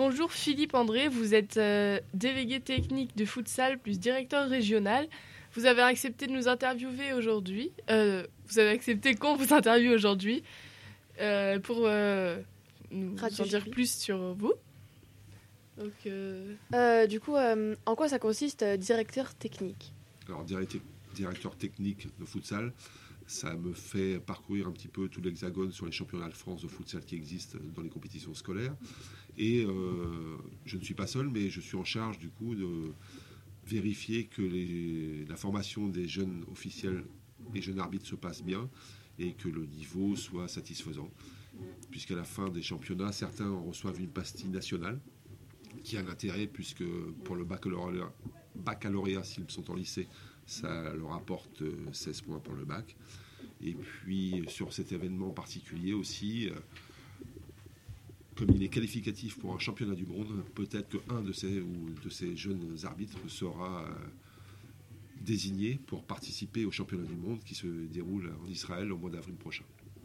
bonjour Philippe André, vous êtes délégué technique de futsal plus directeur régional. Vous avez accepté de nous interviewer aujourd'hui. Vous avez accepté qu'on vous interviewe aujourd'hui pour nous en dire plus sur vous. Donc, du coup, en quoi ça consiste, directeur technique ? Alors, directeur technique de futsal, ça me fait parcourir un petit peu tout l'hexagone sur les championnats de France de futsal qui existent dans les compétitions scolaires. Et je ne suis pas seul, mais je suis en charge du coup de vérifier que la formation des jeunes officiels et jeunes arbitres se passe bien et que le niveau soit satisfaisant. Puisqu'à la fin des championnats, certains reçoivent une pastille nationale qui a un intérêt puisque pour le baccalauréat, s'ils sont en lycée, ça leur apporte 16 points pour le bac. Et puis sur cet événement particulier aussi, comme il est qualificatif pour un championnat du monde, peut-être qu'un de ces jeunes arbitres sera désigné pour participer au championnat du monde qui se déroule en Israël au mois d'avril prochain.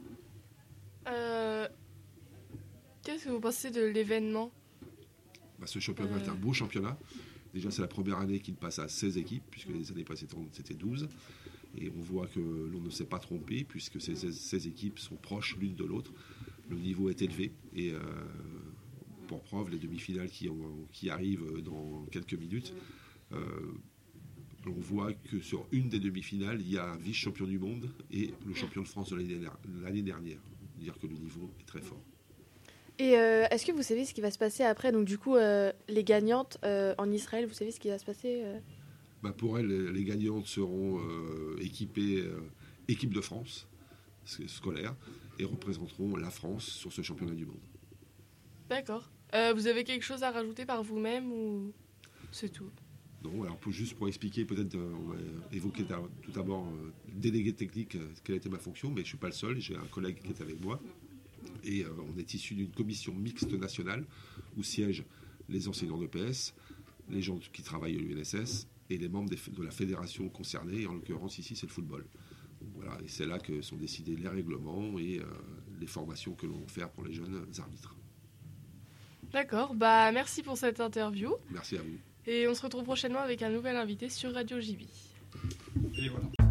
Qu'est-ce que vous pensez de l'événement ? Ce championnat est un beau championnat. Déjà, c'est la première année qu'il passe à 16 équipes, puisque les années précédentes, c'était 12. Et on voit que l'on ne s'est pas trompé, puisque ces 16 équipes sont proches l'une de l'autre. Le niveau est élevé. Et pour preuve, les demi-finales qui arrivent dans quelques minutes, on voit que sur une des demi-finales, il y a un vice-champion du monde et le champion de France de l'année dernière. Dire que le niveau est très fort. Et est-ce que vous savez ce qui va se passer après ? Donc du coup, les gagnantes en Israël, vous savez ce qui va se passer Pour elles, les gagnantes seront équipées équipe de France scolaire et représenteront la France sur ce championnat du monde. D'accord. Vous avez quelque chose à rajouter par vous-même ou c'est tout ? Non, alors juste pour expliquer, peut-être on va évoquer tout d'abord délégué technique, quelle était ma fonction, mais je ne suis pas le seul, j'ai un collègue qui est avec moi. Et on est issu d'une commission mixte nationale où siègent les enseignants d'EPS, les gens qui travaillent à l'UNSS et les membres de la fédération concernée, et en l'occurrence ici c'est le football. Voilà, et c'est là que sont décidés les règlements et les formations que l'on va faire pour les jeunes arbitres. D'accord, merci pour cette interview. Merci à vous. Et on se retrouve prochainement avec un nouvel invité sur Radio JB. Et voilà.